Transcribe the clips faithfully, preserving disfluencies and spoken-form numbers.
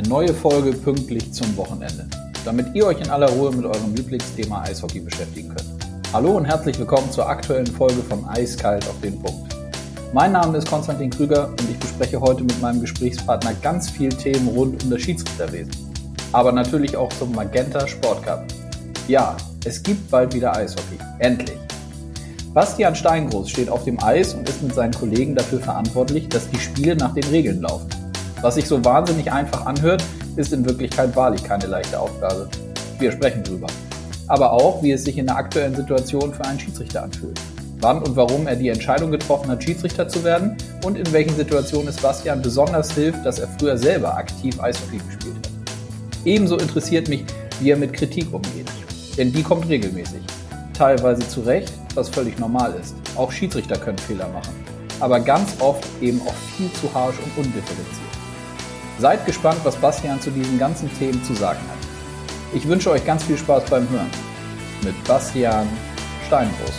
neue Folge pünktlich zum Wochenende, damit ihr euch in aller Ruhe mit eurem Lieblingsthema Eishockey beschäftigen könnt. Hallo und herzlich willkommen zur aktuellen Folge von Eiskalt auf den Punkt. Mein Name ist Konstantin Krüger und ich bespreche heute mit meinem Gesprächspartner ganz viele Themen rund um das Schiedsrichterwesen. Aber natürlich auch zum Magenta Sport Cup. Ja, es gibt bald wieder Eishockey. Endlich! Bastian Steingroß steht auf dem Eis und ist mit seinen Kollegen dafür verantwortlich, dass die Spiele nach den Regeln laufen. Was sich so wahnsinnig einfach anhört, ist in Wirklichkeit wahrlich keine leichte Aufgabe. Wir sprechen drüber. Aber auch, wie es sich in der aktuellen Situation für einen Schiedsrichter anfühlt. Wann und warum er die Entscheidung getroffen hat, Schiedsrichter zu werden und in welchen Situationen es Bastian besonders hilft, dass er früher selber aktiv Eishockey gespielt hat. Ebenso interessiert mich, wie er mit Kritik umgeht. Denn die kommt regelmäßig. Teilweise zu Recht, was völlig normal ist. Auch Schiedsrichter können Fehler machen. Aber ganz oft eben auch viel zu harsch und undifferenziert. Seid gespannt, was Bastian zu diesen ganzen Themen zu sagen hat. Ich wünsche euch ganz viel Spaß beim Hören. Mit Bastian Steingroß.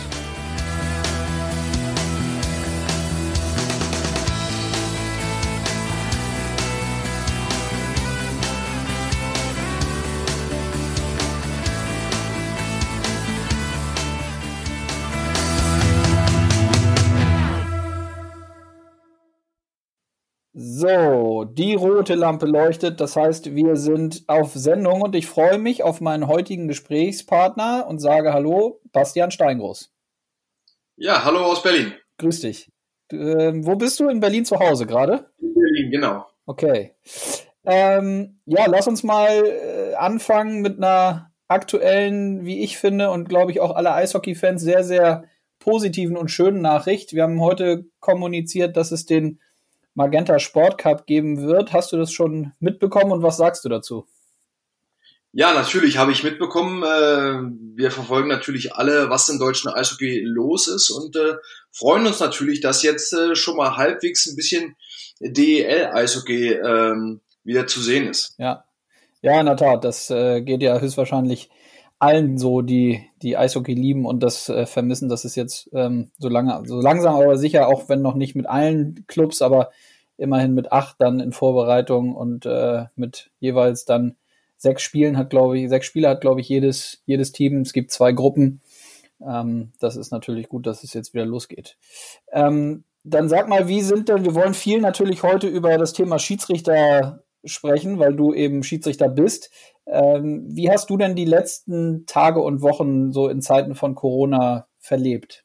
So, die rote Lampe leuchtet, das heißt, wir sind auf Sendung und ich freue mich auf meinen heutigen Gesprächspartner und sage Hallo, Bastian Steingroß. Ja, hallo aus Berlin. Grüß dich. Äh, wo bist du? In Berlin zu Hause gerade? In Berlin, genau. Okay. Ähm, ja, lass uns mal äh, anfangen mit einer aktuellen, wie ich finde und glaube ich auch alle Eishockey-Fans sehr, sehr positiven und schönen Nachricht. Wir haben heute kommuniziert, dass es den Magenta Sport Cup geben wird. Hast du das schon mitbekommen und was sagst du dazu? Ja, natürlich habe ich mitbekommen. Wir verfolgen natürlich alle, was im deutschen Eishockey los ist und freuen uns natürlich, dass jetzt schon mal halbwegs ein bisschen D E L-Eishockey wieder zu sehen ist. Ja, ja, in der Tat. Das geht ja höchstwahrscheinlich allen so, die die Eishockey lieben und das äh, vermissen, dass es jetzt ähm, so lange, so langsam, aber sicher, auch wenn noch nicht mit allen Clubs, aber immerhin mit acht dann in Vorbereitung und äh, mit jeweils dann sechs Spielen hat, glaube ich, sechs Spiele hat, glaube ich, jedes jedes Team. Es gibt zwei Gruppen. Ähm, das ist natürlich gut, dass es jetzt wieder losgeht. Ähm, dann sag mal, wie sind denn, wir wollen viel natürlich heute über das Thema Schiedsrichter sprechen, weil du eben Schiedsrichter bist. Ähm, wie hast du denn die letzten Tage und Wochen so in Zeiten von Corona verlebt?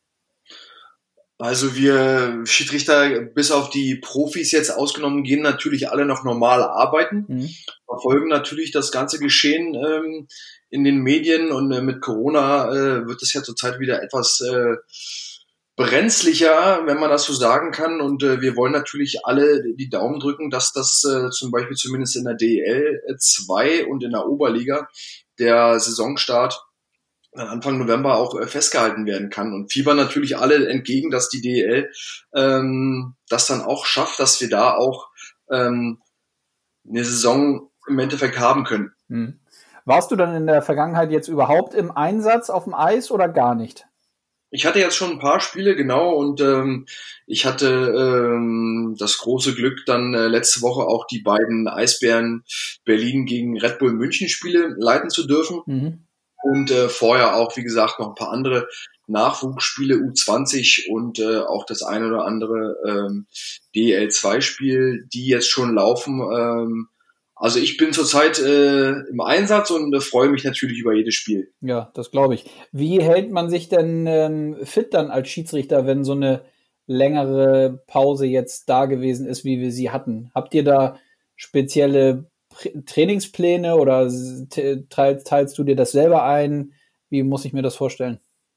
Also wir Schiedsrichter, bis auf die Profis jetzt ausgenommen, gehen natürlich alle noch normal arbeiten, mhm. verfolgen natürlich das ganze Geschehen ähm, in den Medien und äh, mit Corona äh, wird es ja zurzeit wieder etwas äh, brenzlicher, wenn man das so sagen kann. Und äh, wir wollen natürlich alle die Daumen drücken, dass das äh, zum Beispiel zumindest in der D E L zwei und in der Oberliga der Saisonstart Anfang November auch äh, festgehalten werden kann. Und fiebern natürlich alle entgegen, dass die D E L ähm, das dann auch schafft, dass wir da auch ähm, eine Saison im Endeffekt haben können. Hm. Warst du dann in der Vergangenheit jetzt überhaupt im Einsatz auf dem Eis oder gar nicht? Ich hatte jetzt schon ein paar Spiele, genau, und ähm, ich hatte ähm, das große Glück, dann äh, letzte Woche auch die beiden Eisbären Berlin gegen Red Bull München Spiele leiten zu dürfen. Mhm. Und äh, vorher auch, wie gesagt, noch ein paar andere Nachwuchsspiele, U zwanzig und äh, auch das eine oder andere ähm, D E L zwei Spiel, die jetzt schon laufen. Ähm, Also ich bin zurzeit äh, im Einsatz und äh, freue mich natürlich über jedes Spiel. Ja, das glaube ich. Wie hält man sich denn ähm, fit dann als Schiedsrichter, wenn so eine längere Pause jetzt da gewesen ist, wie wir sie hatten? Habt ihr da spezielle Pr- Trainingspläne oder te- teilst, teilst du dir das selber ein? Wie muss ich mir das vorstellen?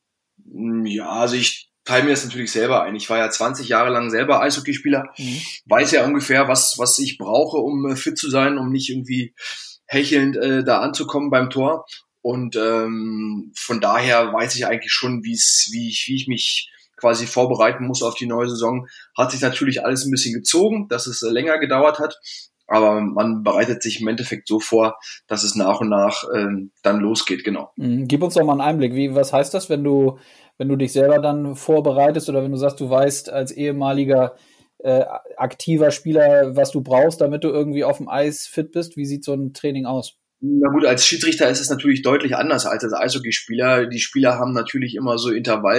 Ja, also ich teile mir das natürlich selber ein. Ich war ja zwanzig Jahre lang selber Eishockeyspieler, mhm. weiß ja ungefähr, was was ich brauche, um äh, fit zu sein, um nicht irgendwie hechelnd äh, da anzukommen beim Tor. Und ähm, von daher weiß ich eigentlich schon, wie es, wie ich, wie ich mich quasi vorbereiten muss auf die neue Saison. Hat sich natürlich alles ein bisschen gezogen, dass es äh, länger gedauert hat. Aber man bereitet sich im Endeffekt so vor, dass es nach und nach ähm, dann losgeht, genau. Mhm. Gib uns doch mal einen Einblick. Wie, was heißt das, wenn du, wenn du dich selber dann vorbereitest oder wenn du sagst, du weißt als ehemaliger äh, aktiver Spieler, was du brauchst, damit du irgendwie auf dem Eis fit bist? Wie sieht so ein Training aus? Na gut, als Schiedsrichter ist es natürlich deutlich anders als als Eishockeyspieler. Die Spieler haben natürlich immer so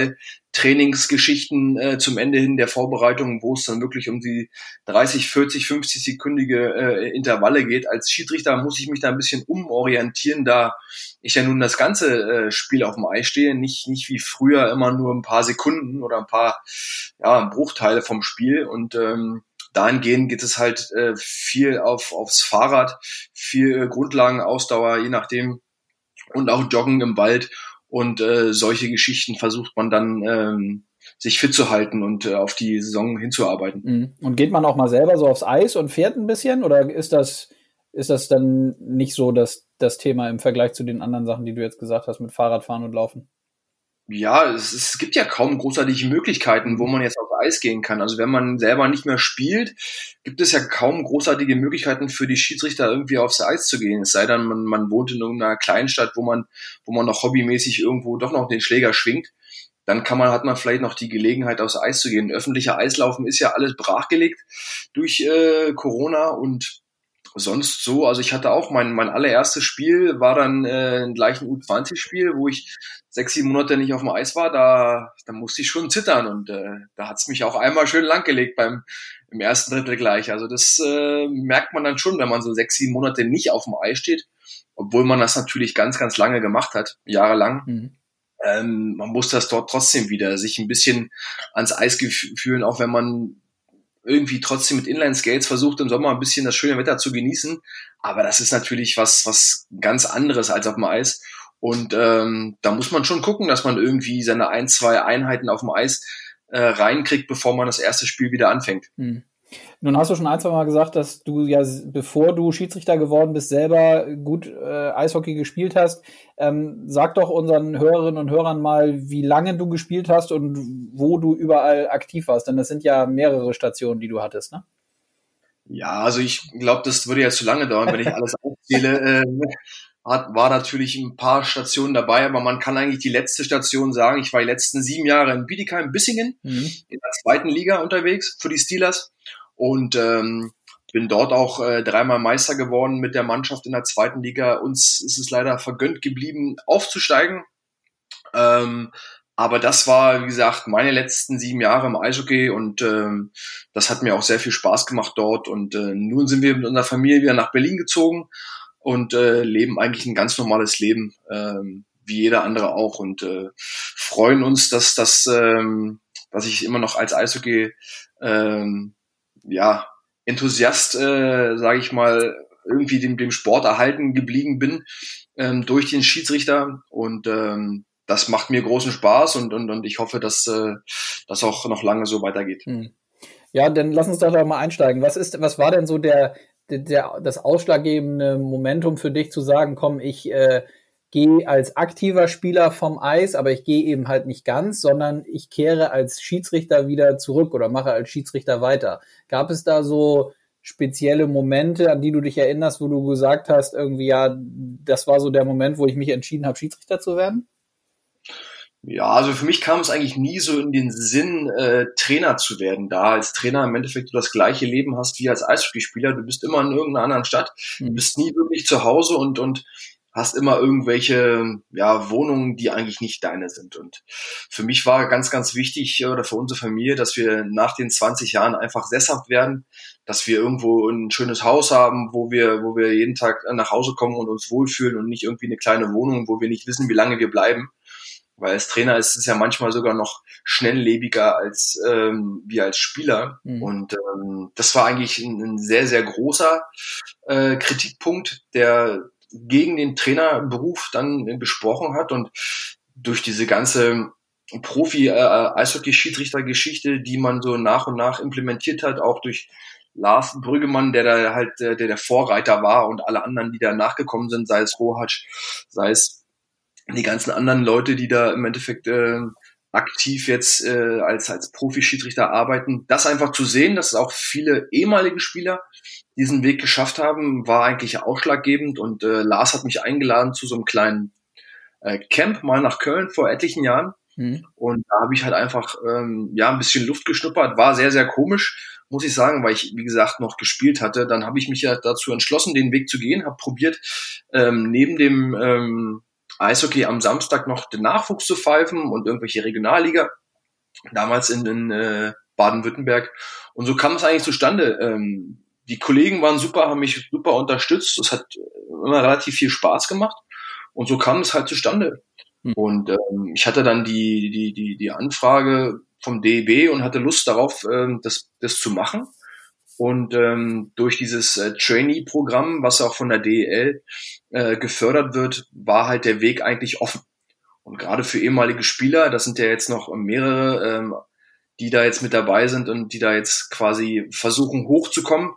Intervall-Trainingsgeschichten äh, zum Ende hin der Vorbereitung, wo es dann wirklich um die dreißig, vierzig, fünfzig sekündige äh, Intervalle geht. Als Schiedsrichter muss ich mich da ein bisschen umorientieren, da ich ja nun das ganze äh, Spiel auf dem Eis stehe, nicht nicht wie früher immer nur ein paar Sekunden oder ein paar ja Bruchteile vom Spiel. Und ähm, dahingehend geht es halt äh, viel auf aufs Fahrrad, viel äh, Grundlagenausdauer, je nachdem, und auch Joggen im Wald und äh, solche Geschichten versucht man dann ähm, sich fit zu halten und äh, auf die Saison hinzuarbeiten. Und geht man auch mal selber so aufs Eis und fährt ein bisschen, oder ist das ist das dann nicht so das das Thema im Vergleich zu den anderen Sachen, die du jetzt gesagt hast mit Fahrradfahren und Laufen? Ja, es, es gibt ja kaum großartige Möglichkeiten, wo man jetzt auf Eis gehen kann. Also wenn man selber nicht mehr spielt, gibt es ja kaum großartige Möglichkeiten für die Schiedsrichter irgendwie aufs Eis zu gehen. Es sei denn, man, man wohnt in irgendeiner Kleinstadt, wo man, wo man noch hobbymäßig irgendwo doch noch den Schläger schwingt. Dann kann man, hat man vielleicht noch die Gelegenheit, aufs Eis zu gehen. Öffentlicher Eislaufen ist ja alles brachgelegt durch äh, Corona und sonst so, also ich hatte auch mein mein allererstes Spiel, war dann äh, gleich ein U zwanzig Spiel, wo ich sechs, sieben Monate nicht auf dem Eis war, da da musste ich schon zittern und äh, da hat's mich auch einmal schön langgelegt beim im ersten Drittel gleich. Also das äh, merkt man dann schon, wenn man so sechs, sieben Monate nicht auf dem Eis steht, obwohl man das natürlich ganz, ganz lange gemacht hat, jahrelang. Mhm. Ähm, man muss das dort trotzdem wieder sich ein bisschen ans Eis fühlen, auch wenn man irgendwie trotzdem mit Inline-Skates versucht, im Sommer ein bisschen das schöne Wetter zu genießen. Aber das ist natürlich was was ganz anderes als auf dem Eis. Und ähm, da muss man schon gucken, dass man irgendwie seine ein, zwei Einheiten auf dem Eis äh, reinkriegt, bevor man das erste Spiel wieder anfängt. Hm. Nun hast du schon ein, zwei Mal gesagt, dass du ja, bevor du Schiedsrichter geworden bist, selber gut äh, Eishockey gespielt hast. Ähm, sag doch unseren Hörerinnen und Hörern mal, wie lange du gespielt hast und wo du überall aktiv warst. Denn das sind ja mehrere Stationen, die du hattest, ne? Ja, also ich glaube, das würde ja zu lange dauern, wenn ich alles aufzähle. Äh, hat, war natürlich ein paar Stationen dabei, aber man kann eigentlich die letzte Station sagen. Ich war die letzten sieben Jahre in Bietigheim-Bissingen mhm. in der zweiten Liga unterwegs für die Steelers und ähm, bin dort auch äh, dreimal Meister geworden mit der Mannschaft in der zweiten Liga. Uns ist es leider vergönnt geblieben, aufzusteigen. Ähm, aber das war, wie gesagt, meine letzten sieben Jahre im Eishockey und ähm, das hat mir auch sehr viel Spaß gemacht dort. Und äh, nun sind wir mit unserer Familie wieder nach Berlin gezogen und äh, leben eigentlich ein ganz normales Leben, ähm, wie jeder andere auch. Und äh, freuen uns, dass das, ähm, dass ich immer noch als Eishockey ähm, ja Enthusiast, äh, sage ich mal, irgendwie dem, dem Sport erhalten geblieben bin ähm, durch den Schiedsrichter und ähm, das macht mir großen Spaß und und und ich hoffe, dass äh, das auch noch lange so weitergeht. Hm. Ja, dann lass uns doch da mal einsteigen. Was ist, was war denn so der, der, der das ausschlaggebende Momentum für dich zu sagen, komm, ich äh, gehe als aktiver Spieler vom Eis, aber ich gehe eben halt nicht ganz, sondern ich kehre als Schiedsrichter wieder zurück oder mache als Schiedsrichter weiter. Gab es da so spezielle Momente, an die du dich erinnerst, wo du gesagt hast, irgendwie, ja, das war so der Moment, wo ich mich entschieden habe, Schiedsrichter zu werden? Ja, also für mich kam es eigentlich nie so in den Sinn, äh, Trainer zu werden, da als Trainer im Endeffekt du das gleiche Leben hast wie als Eishockeyspieler. Du bist immer in irgendeiner anderen Stadt, du bist nie wirklich zu Hause und und hast immer irgendwelche ja Wohnungen, die eigentlich nicht deine sind. Und für mich war ganz, ganz wichtig, oder für unsere Familie, dass wir nach den zwanzig Jahren einfach sesshaft werden, dass wir irgendwo ein schönes Haus haben, wo wir wo wir jeden Tag nach Hause kommen und uns wohlfühlen und nicht irgendwie eine kleine Wohnung, wo wir nicht wissen, wie lange wir bleiben. Weil als Trainer ist es ja manchmal sogar noch schnelllebiger als ähm, wir als Spieler. Mhm. Und ähm, das war eigentlich ein, ein sehr, sehr großer äh, Kritikpunkt, der gegen den Trainerberuf dann besprochen hat. Und durch diese ganze Profi-Eishockey-Schiedsrichter-Geschichte, die man so nach und nach implementiert hat, auch durch Lars Brüggemann, der da halt der, der Vorreiter war und alle anderen, die da nachgekommen sind, sei es Rohatsch, sei es die ganzen anderen Leute, die da im Endeffekt äh, aktiv jetzt äh, als als Profi-Schiedsrichter arbeiten, das einfach zu sehen, dass auch viele ehemalige Spieler diesen Weg geschafft haben, war eigentlich ausschlaggebend. Und äh, Lars hat mich eingeladen zu so einem kleinen äh, Camp mal nach Köln vor etlichen Jahren. Mhm. Und da habe ich halt einfach ähm, ja ein bisschen Luft geschnuppert. War sehr, sehr komisch, muss ich sagen, weil ich, wie gesagt, noch gespielt hatte, dann habe ich mich ja dazu entschlossen, den Weg zu gehen, habe probiert, ähm, neben dem ähm, Eishockey am Samstag noch den Nachwuchs zu pfeifen und irgendwelche Regionalliga, damals in, in äh, Baden-Württemberg. Und so kam es eigentlich zustande. Ähm, die Kollegen waren super, haben mich super unterstützt. Es hat immer relativ viel Spaß gemacht. Und so kam es halt zustande. Hm. Und ähm, ich hatte dann die, die, die, die Anfrage vom D E B und hatte Lust darauf, ähm, das, das zu machen. Und ähm, durch dieses äh, Trainee-Programm, was auch von der D E L äh, gefördert wird, war halt der Weg eigentlich offen. Und gerade für ehemalige Spieler, das sind ja jetzt noch mehrere, ähm, die da jetzt mit dabei sind und die da jetzt quasi versuchen hochzukommen,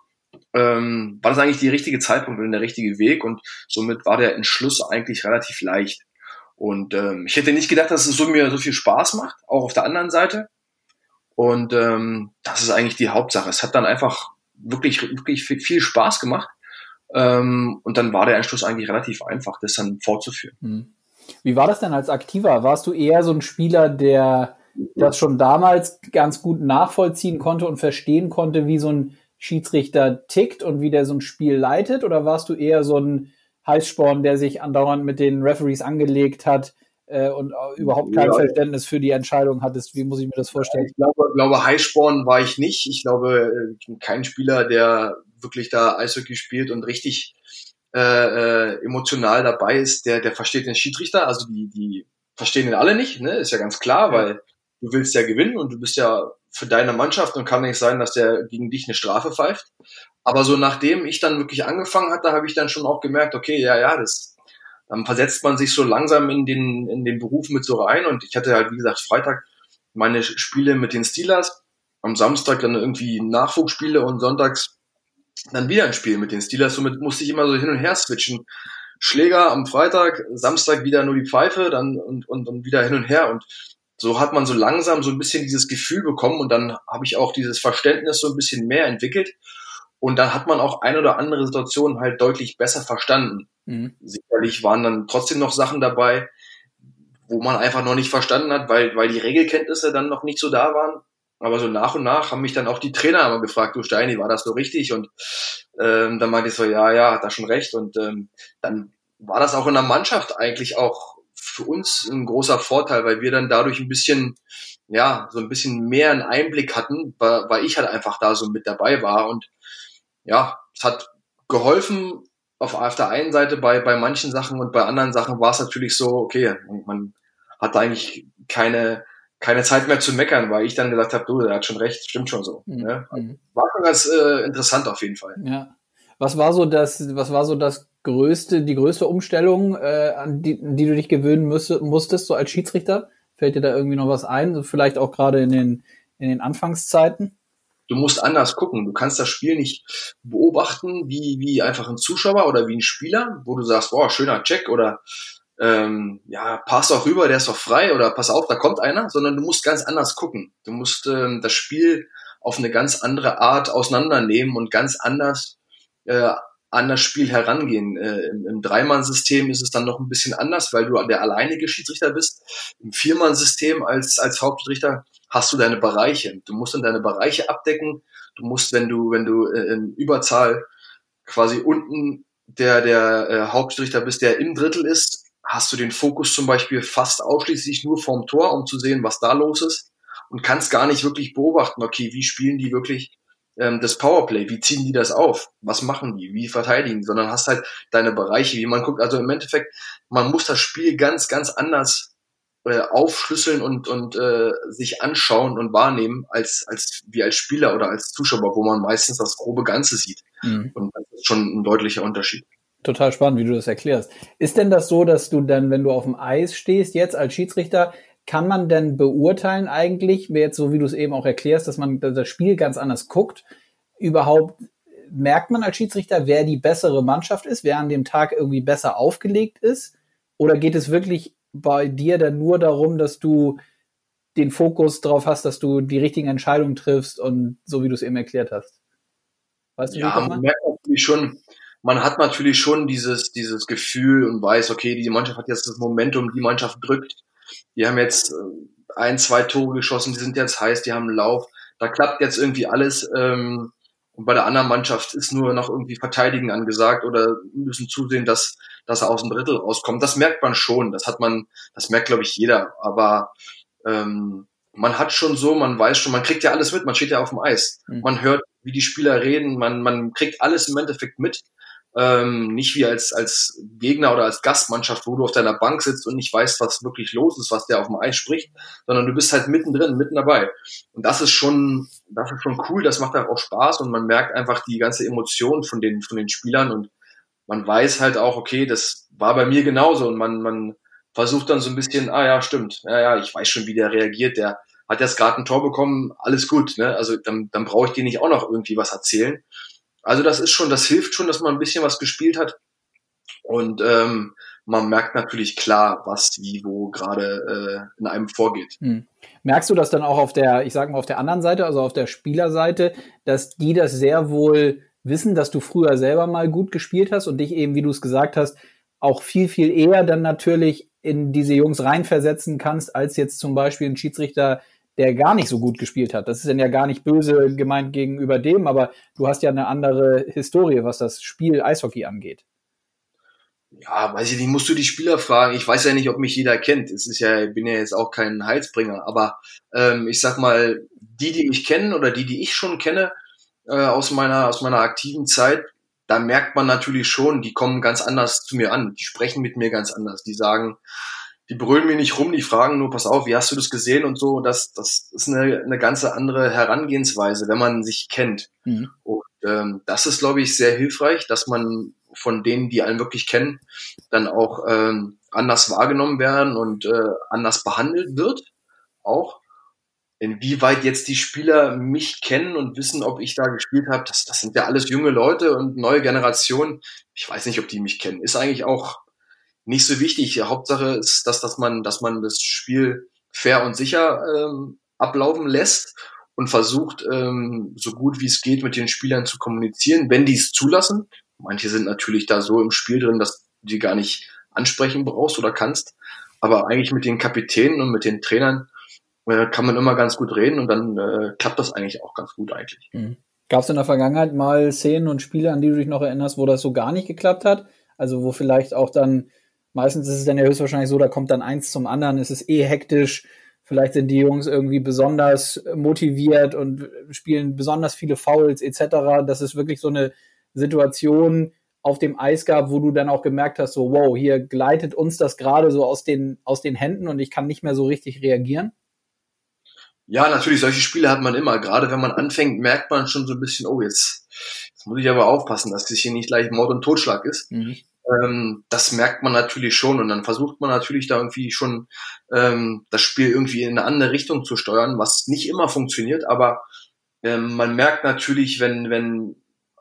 ähm, war das eigentlich der richtige Zeitpunkt und der richtige Weg. Und somit war der Entschluss eigentlich relativ leicht. Und ähm, ich hätte nicht gedacht, dass es so mir so viel Spaß macht, auch auf der anderen Seite. Und ähm, das ist eigentlich die Hauptsache. Es hat dann einfach wirklich, wirklich viel Spaß gemacht. Ähm, und dann war der Entschluss eigentlich relativ einfach, das dann fortzuführen. Wie war das denn als Aktiver? Warst du eher so ein Spieler, der das schon damals ganz gut nachvollziehen konnte und verstehen konnte, wie so ein Schiedsrichter tickt und wie der so ein Spiel leitet? Oder warst du eher so ein Heißsporn, der sich andauernd mit den Referees angelegt hat, und überhaupt kein ja. Verständnis für die Entscheidung hattest? Wie muss ich mir das vorstellen? Ich glaube, glaube Highsporn war ich nicht. Ich glaube, kein Spieler, der wirklich da Eishockey spielt und richtig äh, äh, emotional dabei ist, der der versteht den Schiedsrichter. Also die die verstehen ihn alle nicht, ne? Ist ja ganz klar, ja. Weil du willst ja gewinnen und du bist ja für deine Mannschaft und kann nicht sein, dass der gegen dich eine Strafe pfeift. Aber so nachdem ich dann wirklich angefangen hatte, habe ich dann schon auch gemerkt, okay, ja, ja, das dann versetzt man sich so langsam in den, in den Beruf mit so rein. Und ich hatte halt, wie gesagt, Freitag meine Spiele mit den Steelers, am Samstag dann irgendwie Nachwuchsspiele und sonntags dann wieder ein Spiel mit den Steelers. Somit musste ich immer so hin und her switchen. Schläger am Freitag, Samstag wieder nur die Pfeife, dann und, und, und wieder hin und her. Und so hat man so langsam so ein bisschen dieses Gefühl bekommen und dann habe ich auch dieses Verständnis so ein bisschen mehr entwickelt. Und dann hat man auch eine oder andere Situation halt deutlich besser verstanden. Mhm. Sicherlich waren dann trotzdem noch Sachen dabei, wo man einfach noch nicht verstanden hat, weil weil die Regelkenntnisse dann noch nicht so da waren. Aber so nach und nach haben mich dann auch die Trainer immer gefragt, du Steini, war das so richtig? Und ähm, dann meinte ich so, ja, ja, hat er schon recht. Und ähm, dann war das auch in der Mannschaft eigentlich auch für uns ein großer Vorteil, weil wir dann dadurch ein bisschen, ja, so ein bisschen mehr einen Einblick hatten, weil, weil ich halt einfach da so mit dabei war. Und ja, es hat geholfen auf, auf der einen Seite bei, bei manchen Sachen und bei anderen Sachen war es natürlich so, okay, man hat eigentlich keine, keine Zeit mehr zu meckern, weil ich dann gesagt habe, du, der hat schon recht, stimmt schon so. Mhm. Ne? War schon ganz äh, interessant auf jeden Fall. Ja. Was war so das, was war so das größte, die größte Umstellung, äh, an die, an die du dich gewöhnen müsste, musstest, so als Schiedsrichter? Fällt dir da irgendwie noch was ein? So vielleicht auch gerade in den, in den Anfangszeiten? Du musst anders gucken. Du kannst das Spiel nicht beobachten wie wie einfach ein Zuschauer oder wie ein Spieler, wo du sagst, boah, schöner Check oder ähm, ja, pass auch rüber, der ist doch frei oder pass auf, da kommt einer, sondern du musst ganz anders gucken. Du musst ähm, das Spiel auf eine ganz andere Art auseinandernehmen und ganz anders äh, an das Spiel herangehen. Äh, im, im Dreimann-System ist es dann noch ein bisschen anders, weil du der alleinige Schiedsrichter bist. Im Viermann-System als als Hauptschiedsrichter hast du deine Bereiche. Du musst dann deine Bereiche abdecken. Du musst, wenn du wenn du äh, in Überzahl quasi unten der der äh, Hauptschiedsrichter bist, der im Drittel ist, hast du den Fokus zum Beispiel fast ausschließlich nur vorm Tor, um zu sehen, was da los ist und kannst gar nicht wirklich beobachten, okay, wie spielen die wirklich ähm, das Powerplay, wie ziehen die das auf, was machen die, wie verteidigen, sondern hast halt deine Bereiche, wie man guckt. Also im Endeffekt, man muss das Spiel ganz, ganz anders äh, aufschlüsseln und und äh, sich anschauen und wahrnehmen als als wie als Spieler oder als Zuschauer, wo man meistens das grobe Ganze sieht. Mhm. Und das ist schon ein deutlicher Unterschied. Total spannend, wie du das erklärst. Ist denn das so, dass du dann, wenn du auf dem Eis stehst, jetzt als Schiedsrichter, kann man denn beurteilen eigentlich, jetzt so wie du es eben auch erklärst, dass man das Spiel ganz anders guckt, überhaupt merkt man als Schiedsrichter, wer die bessere Mannschaft ist, wer an dem Tag irgendwie besser aufgelegt ist? Oder geht es wirklich bei dir dann nur darum, dass du den Fokus drauf hast, dass du die richtigen Entscheidungen triffst und so wie du es eben erklärt hast? Weißt du, ja, man merkt natürlich schon, man hat natürlich schon dieses, dieses Gefühl und weiß, okay, die Mannschaft hat jetzt das Momentum, die Mannschaft drückt. Die haben jetzt ein, zwei Tore geschossen, die sind jetzt heiß, die haben einen Lauf. da klappt jetzt irgendwie alles, ähm, und bei der anderen Mannschaft ist nur noch irgendwie Verteidigen angesagt oder müssen zusehen, dass, dass er aus dem Drittel rauskommt. Das merkt man schon, das hat man, das merkt, glaube ich, jeder, aber ähm, man hat schon so, man weiß schon, man kriegt ja alles mit, man steht ja auf dem Eis. Mhm. Man hört, wie die Spieler reden, man, man kriegt alles im Endeffekt mit. Ähm, nicht wie als, als Gegner oder als Gastmannschaft, wo du auf deiner Bank sitzt und nicht weißt, was wirklich los ist, was der auf dem Eis spricht, sondern du bist halt mittendrin, mitten dabei. Und das ist schon, das ist schon cool, das macht halt auch Spaß und man merkt einfach die ganze Emotion von den, von den Spielern und man weiß halt auch, okay, das war bei mir genauso und man, man versucht dann so ein bisschen, ah ja, stimmt, ja, ja, ich weiß schon, wie der reagiert, der hat jetzt gerade ein Tor bekommen, alles gut, ne, also dann, dann brauche ich dir nicht auch noch irgendwie was erzählen. Also das ist schon, das hilft schon, dass man ein bisschen was gespielt hat und ähm, man merkt natürlich klar, was wie wo gerade äh, in einem vorgeht. Hm. Merkst du das dann auch auf der, ich sag mal auf der anderen Seite, also auf der Spielerseite, dass die das sehr wohl wissen, dass du früher selber mal gut gespielt hast und dich eben, wie du es gesagt hast, auch viel, viel eher dann natürlich in diese Jungs reinversetzen kannst, als jetzt zum Beispiel ein Schiedsrichter, der gar nicht so gut gespielt hat. Das ist dann ja gar nicht böse gemeint gegenüber dem, aber du hast ja eine andere Historie, was das Spiel Eishockey angeht. Ja, weiß ich nicht, musst du die Spieler fragen. Ich weiß ja nicht, ob mich jeder kennt. Es ist ja, ich bin ja jetzt auch kein Heilsbringer, aber ähm, ich sag mal, die, die mich kennen oder die, die ich schon kenne äh, aus meiner aus meiner aktiven Zeit, da merkt man natürlich schon, die kommen ganz anders zu mir an. Die sprechen mit mir ganz anders. Die sagen, die brüllen mir nicht rum, die fragen nur, pass auf, wie hast du das gesehen und so. Das, das ist eine, eine ganz andere Herangehensweise, wenn man sich kennt. Mhm. Und ähm, das ist, glaube ich, sehr hilfreich, dass man von denen, die einen wirklich kennen, dann auch ähm, anders wahrgenommen werden und äh, anders behandelt wird. Auch inwieweit jetzt die Spieler mich kennen und wissen, ob ich da gespielt habe, das, das sind ja alles junge Leute und neue Generationen. Ich weiß nicht, ob die mich kennen. Ist eigentlich auch nicht so wichtig. Die Hauptsache ist, dass, dass man, dass man das Spiel fair und sicher ähm, ablaufen lässt und versucht, ähm, so gut wie es geht, mit den Spielern zu kommunizieren, wenn die es zulassen. Manche sind natürlich da so im Spiel drin, dass du die gar nicht ansprechen brauchst oder kannst. Aber eigentlich mit den Kapitänen und mit den Trainern äh, kann man immer ganz gut reden und dann äh, klappt das eigentlich auch ganz gut eigentlich. Mhm. Gab es in der Vergangenheit mal Szenen und Spiele, an die du dich noch erinnerst, wo das so gar nicht geklappt hat? Also wo vielleicht auch dann, meistens ist es dann ja höchstwahrscheinlich so, da kommt dann eins zum anderen, es ist eh hektisch, vielleicht sind die Jungs irgendwie besonders motiviert und spielen besonders viele Fouls et cetera, dass es wirklich so eine Situation auf dem Eis gab, wo du dann auch gemerkt hast, so wow, hier gleitet uns das gerade so aus den, aus den Händen und ich kann nicht mehr so richtig reagieren? Ja, natürlich, solche Spiele hat man immer. Gerade wenn man anfängt, merkt man schon so ein bisschen, oh, jetzt, jetzt muss ich aber aufpassen, dass das hier nicht gleich Mord und Totschlag ist. Mhm. Ähm, das merkt man natürlich schon und dann versucht man natürlich da irgendwie schon ähm, das Spiel irgendwie in eine andere Richtung zu steuern, was nicht immer funktioniert, aber ähm, man merkt natürlich, wenn, wenn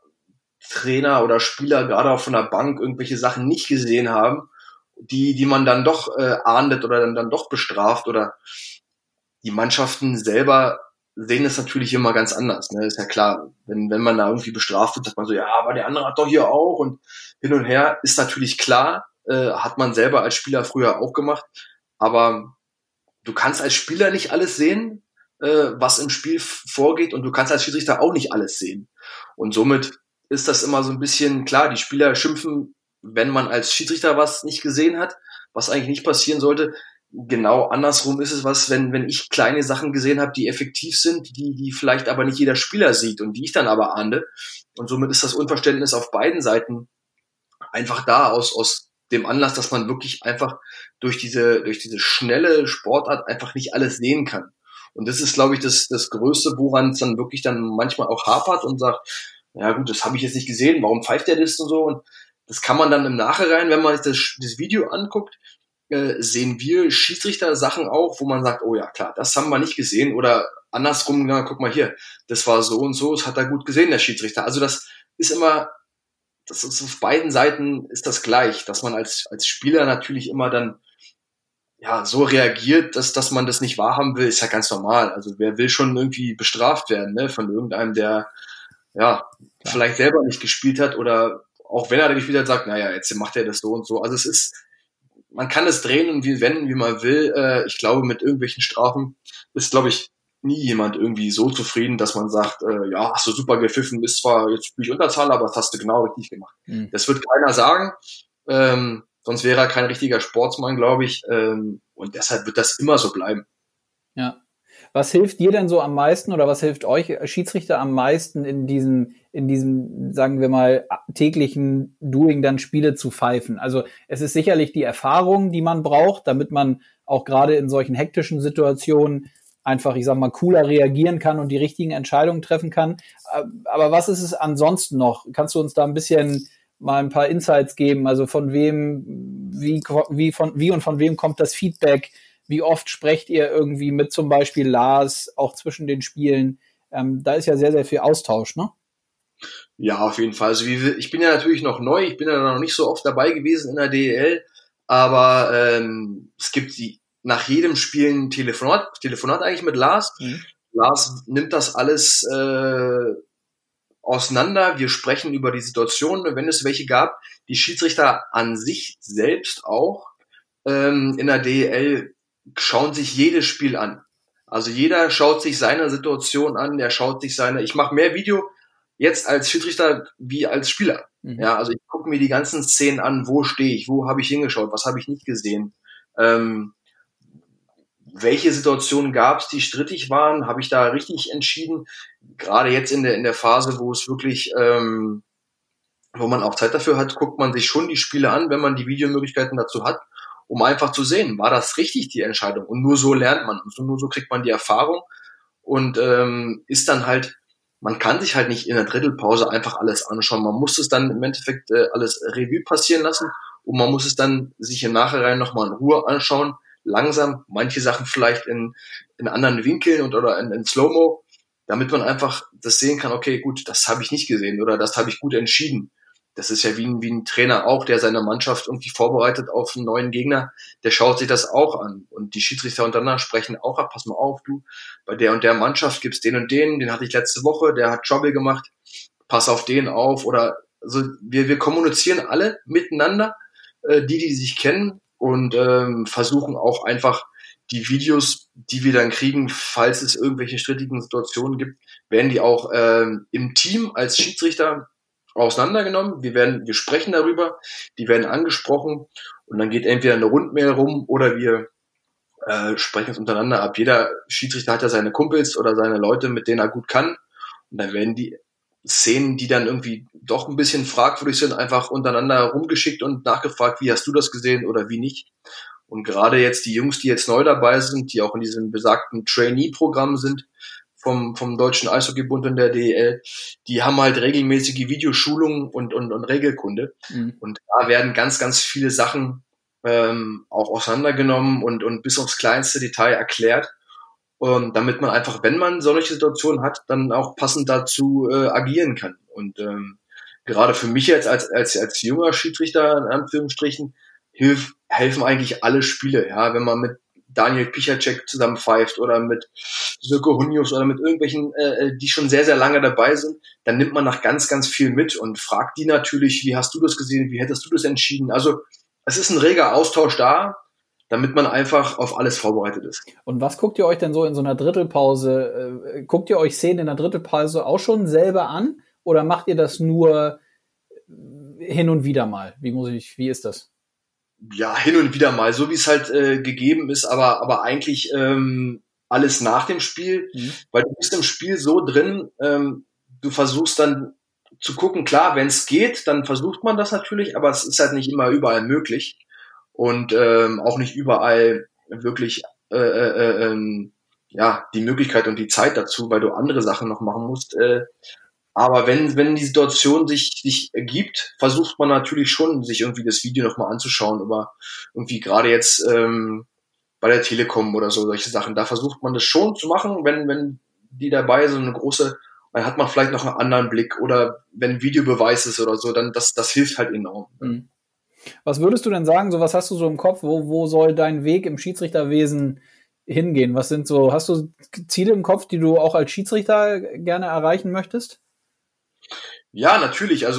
Trainer oder Spieler gerade auch von der Bank irgendwelche Sachen nicht gesehen haben, die, die man dann doch äh, ahndet oder dann, dann doch bestraft oder die Mannschaften selber sehen es natürlich immer ganz anders, ne? Ist ja klar, wenn, wenn man da irgendwie bestraft wird, sagt man so, ja, aber der andere hat doch hier auch und hin und her, ist natürlich klar, äh, hat man selber als Spieler früher auch gemacht, aber du kannst als Spieler nicht alles sehen, äh, was im Spiel f- vorgeht und du kannst als Schiedsrichter auch nicht alles sehen und somit ist das immer so ein bisschen, klar, die Spieler schimpfen, wenn man als Schiedsrichter was nicht gesehen hat, was eigentlich nicht passieren sollte. Genau andersrum ist es was, wenn wenn ich kleine Sachen gesehen habe, die effektiv sind, die die vielleicht aber nicht jeder Spieler sieht und die ich dann aber ahnde. Und somit ist das Unverständnis auf beiden Seiten einfach da, aus aus dem Anlass, dass man wirklich einfach durch diese durch diese schnelle Sportart einfach nicht alles sehen kann. Und das ist, glaube ich, das das Größte, woran es dann wirklich dann manchmal auch hapert und sagt, ja gut, das habe ich jetzt nicht gesehen, warum pfeift der das und so? Und das kann man dann im Nachhinein, wenn man sich das, das Video anguckt, äh, sehen wir Schiedsrichter Sachen auch, wo man sagt, oh ja, klar, das haben wir nicht gesehen. Oder andersrum, ja, guck mal hier, das war so und so, das hat er gut gesehen, der Schiedsrichter. Also das ist immer, das ist auf beiden Seiten ist das gleich, dass man als als Spieler natürlich immer dann ja so reagiert, dass dass man das nicht wahrhaben will, ist ja ganz normal. Also wer will schon irgendwie bestraft werden, ne, von irgendeinem, der ja, klar, vielleicht selber nicht gespielt hat oder auch wenn er gespielt hat, sagt, naja, jetzt macht er das so und so. Also es ist, man kann es drehen und wie wenden, wie man will. Äh, ich glaube, mit irgendwelchen Strafen ist, glaube ich, nie jemand irgendwie so zufrieden, dass man sagt, äh, ja, hast du super gepfiffen, ist zwar jetzt spiel ich Unterzahl, aber das hast du genau richtig gemacht. Mhm. Das wird keiner sagen, ähm, sonst wäre er kein richtiger Sportsmann, glaube ich, ähm, und deshalb wird das immer so bleiben. Ja. Was hilft dir denn so am meisten oder was hilft euch Schiedsrichter am meisten in diesem, in diesem, sagen wir mal, täglichen Doing, dann Spiele zu pfeifen? Also es ist sicherlich die Erfahrung, die man braucht, damit man auch gerade in solchen hektischen Situationen einfach, ich sag mal, cooler reagieren kann und die richtigen Entscheidungen treffen kann. Aber was ist es ansonsten noch? Kannst du uns da ein bisschen mal ein paar Insights geben? Also von wem, wie, wie, von, wie und von wem kommt das Feedback? Wie oft sprecht ihr irgendwie mit zum Beispiel Lars, auch zwischen den Spielen? Ähm, da ist ja sehr, sehr viel Austausch, ne? Ja, auf jeden Fall. Also wie, ich bin ja natürlich noch neu, ich bin ja noch nicht so oft dabei gewesen in der D E L, aber ähm, es gibt die, nach jedem Spiel ein Telefonat, Telefonat eigentlich mit Lars. Mhm. Lars nimmt das alles äh, auseinander. Wir sprechen über die Situation, wenn es welche gab. Die Schiedsrichter an sich selbst auch ähm, in der D E L schauen sich jedes Spiel an. Also jeder schaut sich seine Situation an, der schaut sich seine, ich mache mehr Video jetzt als Schiedsrichter wie als Spieler. Mhm. Ja, also ich gucke mir die ganzen Szenen an, wo stehe ich, wo habe ich hingeschaut, was habe ich nicht gesehen. Ähm, welche Situationen gab es, die strittig waren, habe ich da richtig entschieden. Gerade jetzt in der in der Phase, wo es wirklich, ähm, wo man auch Zeit dafür hat, guckt man sich schon die Spiele an, wenn man die Videomöglichkeiten dazu hat, um einfach zu sehen, war das richtig, die Entscheidung? Und nur so lernt man. Und nur so kriegt man die Erfahrung und ähm, ist dann halt, man kann sich halt nicht in der Drittelpause einfach alles anschauen. Man muss es dann im Endeffekt äh, alles Revue passieren lassen und man muss es dann sich im Nachhinein nochmal in Ruhe anschauen, langsam, manche Sachen vielleicht in, in anderen Winkeln und oder in, in Slow-Mo, damit man einfach das sehen kann, okay, gut, das habe ich nicht gesehen oder das habe ich gut entschieden. Das ist ja wie ein, wie ein Trainer auch, der seine Mannschaft irgendwie vorbereitet auf einen neuen Gegner, der schaut sich das auch an. Und die Schiedsrichter untereinander sprechen auch ab, pass mal auf, du, bei der und der Mannschaft gibt's den und den, den hatte ich letzte Woche, der hat Trouble gemacht, pass auf den auf. Oder also wir, wir kommunizieren alle miteinander, äh, die, die sich kennen und ähm, versuchen auch einfach die Videos, die wir dann kriegen, falls es irgendwelche strittigen Situationen gibt, werden die auch ähm, im Team als Schiedsrichter auseinandergenommen, wir werden, wir sprechen darüber, die werden angesprochen und dann geht entweder eine Rundmail rum oder wir äh, sprechen es untereinander ab. Jeder Schiedsrichter hat ja seine Kumpels oder seine Leute, mit denen er gut kann und dann werden die Szenen, die dann irgendwie doch ein bisschen fragwürdig sind, einfach untereinander rumgeschickt und nachgefragt, wie hast du das gesehen oder wie nicht. Und gerade jetzt die Jungs, die jetzt neu dabei sind, die auch in diesem besagten Trainee-Programm sind, vom, vom Deutschen Eishockeybund in der D E L, die haben halt regelmäßige Videoschulungen und, und, und Regelkunde. Mhm. Und da werden ganz, ganz viele Sachen ähm, auch auseinandergenommen und, und bis aufs kleinste Detail erklärt, ähm, damit man einfach, wenn man solche Situationen hat, dann auch passend dazu äh, agieren kann. Und ähm, gerade für mich jetzt als, als, als junger Schiedsrichter, in Anführungsstrichen, hilf, helfen eigentlich alle Spiele. Ja, wenn man mit Daniel Pichacek zusammen pfeift oder mit Sirko Hunjus oder mit irgendwelchen, äh, die schon sehr, sehr lange dabei sind, dann nimmt man nach ganz, ganz viel mit und fragt die natürlich, wie hast du das gesehen, wie hättest du das entschieden? Also es ist ein reger Austausch da, damit man einfach auf alles vorbereitet ist. Und was guckt ihr euch denn so in so einer Drittelpause? Äh, guckt ihr euch Szenen in der Drittelpause auch schon selber an oder macht ihr das nur hin und wieder mal? Wie muss ich, wie ist das? Ja, hin und wieder mal, so wie es halt äh, gegeben ist, aber aber eigentlich ähm, alles nach dem Spiel, mhm. weil du bist im Spiel so drin, ähm, du versuchst dann zu gucken, klar, wenn es geht, dann versucht man das natürlich, aber es ist halt nicht immer überall möglich und ähm, auch nicht überall wirklich äh, äh, äh, ja die Möglichkeit und die Zeit dazu, weil du andere Sachen noch machen musst. Äh, Aber wenn, wenn die Situation sich, sich ergibt, versucht man natürlich schon, sich irgendwie das Video nochmal anzuschauen, aber irgendwie gerade jetzt ähm, bei der Telekom oder so, solche Sachen, da versucht man das schon zu machen, wenn, wenn die dabei sind, eine große, dann hat man vielleicht noch einen anderen Blick oder wenn Videobeweis ist oder so, dann das, das hilft halt enorm. Mhm. Was würdest du denn sagen, so was hast du so im Kopf, wo, wo soll dein Weg im Schiedsrichterwesen hingehen? Was sind so, hast du Ziele im Kopf, die du auch als Schiedsrichter gerne erreichen möchtest? Ja, natürlich. Also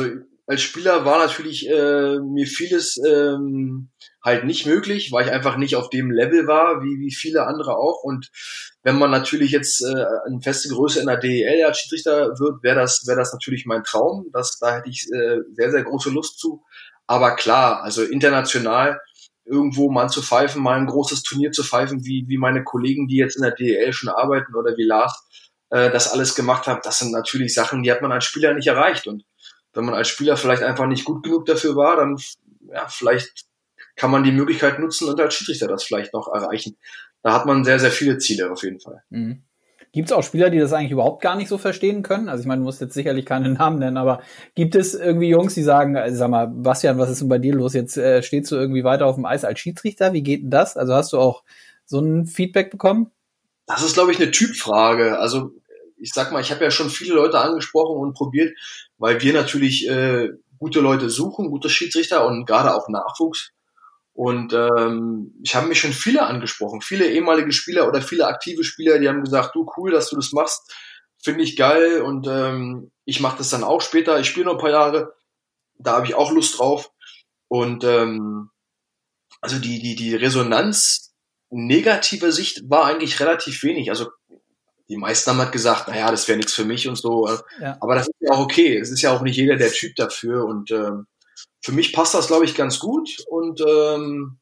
als Spieler war natürlich äh, mir vieles ähm, halt nicht möglich, weil ich einfach nicht auf dem Level war, wie wie viele andere auch. Und wenn man natürlich jetzt äh, eine feste Größe in der D E L als Schiedsrichter wird, wäre das wäre das natürlich mein Traum. Das da hätte ich äh, sehr sehr große Lust zu. Aber klar, also international irgendwo mal zu pfeifen, mal ein großes Turnier zu pfeifen, wie wie meine Kollegen, die jetzt in der D E L schon arbeiten oder wie Lars äh, das alles gemacht hat, das sind natürlich Sachen, die hat man als Spieler nicht erreicht. Und wenn man als Spieler vielleicht einfach nicht gut genug dafür war, dann ja, vielleicht kann man die Möglichkeit nutzen und als Schiedsrichter das vielleicht noch erreichen. Da hat man sehr, sehr viele Ziele auf jeden Fall. Mhm. Gibt es auch Spieler, die das eigentlich überhaupt gar nicht so verstehen können? Also ich meine, du musst jetzt sicherlich keine Namen nennen, aber gibt es irgendwie Jungs, die sagen, also sag mal, Bastian, was ist denn bei dir los? Jetzt äh, stehst du irgendwie weiter auf dem Eis als Schiedsrichter. Wie geht denn das? Also hast du auch so ein Feedback bekommen? Das ist, glaube ich, eine Typfrage. Also ich sag mal, ich habe ja schon viele Leute angesprochen und probiert, weil wir natürlich äh, gute Leute suchen, gute Schiedsrichter und gerade auch Nachwuchs. Und ähm, ich habe mich schon viele angesprochen, viele ehemalige Spieler oder viele aktive Spieler, die haben gesagt, du, cool, dass du das machst, finde ich geil und ähm, ich mache das dann auch später, ich spiele noch ein paar Jahre, da habe ich auch Lust drauf. Und ähm, also die die die Resonanz negativer Sicht war eigentlich relativ wenig. Also die meisten haben halt gesagt, naja, das wäre nichts für mich und so. Ja. Aber das ist ja auch okay. Es ist ja auch nicht jeder der Typ dafür und ähm, für mich passt das, glaube ich, ganz gut und ähm,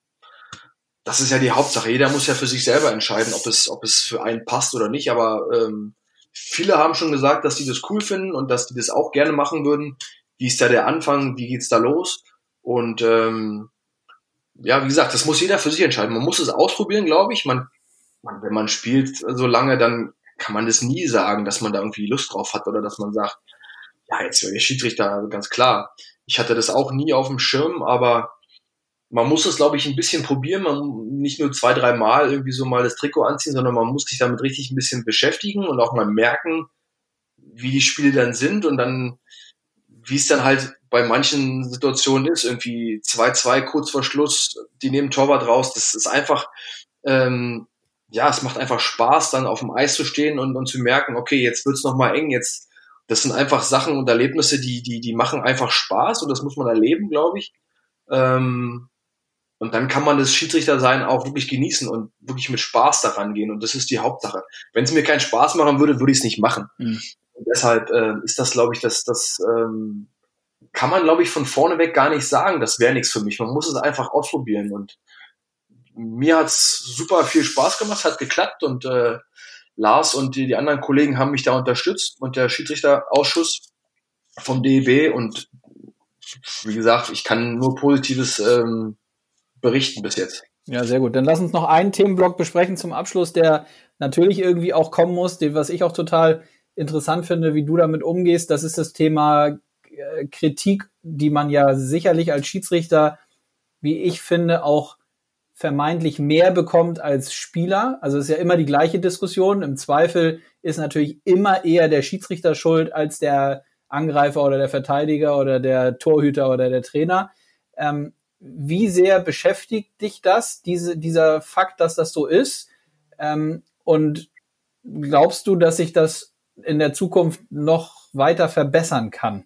das ist ja die Hauptsache. Jeder muss ja für sich selber entscheiden, ob es, ob es für einen passt oder nicht. Aber ähm, viele haben schon gesagt, dass die das cool finden und dass die das auch gerne machen würden. Wie ist da der Anfang? Wie geht's da los? Und ähm, ja, wie gesagt, das muss jeder für sich entscheiden. Man muss es ausprobieren, glaube ich. Man, man, wenn man spielt so lange, dann kann man das nie sagen, dass man da irgendwie Lust drauf hat oder dass man sagt, ja, jetzt wäre der Schiedsrichter, ganz klar. Ich hatte das auch nie auf dem Schirm, aber man muss es, glaube ich, ein bisschen probieren. Man nicht nur zwei, drei Mal irgendwie so mal das Trikot anziehen, sondern man muss sich damit richtig ein bisschen beschäftigen und auch mal merken, wie die Spiele dann sind und dann, wie es dann halt bei manchen Situationen ist. Irgendwie zwei zwei kurz vor Schluss, die nehmen Torwart raus. Das ist einfach, ähm, ja, es macht einfach Spaß, dann auf dem Eis zu stehen und, und zu merken, okay, jetzt wird's noch mal eng, jetzt das sind einfach Sachen und Erlebnisse, die, die, die machen einfach Spaß und das muss man erleben, glaube ich. Ähm, und dann kann man das Schiedsrichtersein auch wirklich genießen und wirklich mit Spaß daran gehen und das ist die Hauptsache. Wenn es mir keinen Spaß machen würde, würde ich es nicht machen. Mhm. Und deshalb äh, ist das, glaube ich, das, das ähm, kann man, glaube ich, von vorne weg gar nicht sagen, das wäre nichts für mich. Man muss es einfach ausprobieren und mir hat's super viel Spaß gemacht, hat geklappt und äh, Lars und die, die anderen Kollegen haben mich da unterstützt und der Schiedsrichterausschuss vom D E B und wie gesagt, ich kann nur Positives ähm, berichten bis jetzt. Ja, sehr gut. Dann lass uns noch einen Themenblock besprechen zum Abschluss, der natürlich irgendwie auch kommen muss, den, was ich auch total interessant finde, wie du damit umgehst. Das ist das Thema äh, Kritik, die man ja sicherlich als Schiedsrichter, wie ich finde, auch vermeintlich mehr bekommt als Spieler. Also es ist ja immer die gleiche Diskussion. Im Zweifel ist natürlich immer eher der Schiedsrichter schuld als der Angreifer oder der Verteidiger oder der Torhüter oder der Trainer. Ähm, wie sehr beschäftigt dich das, diese, dieser Fakt, dass das so ist? Ähm, und glaubst du, dass sich das in der Zukunft noch weiter verbessern kann?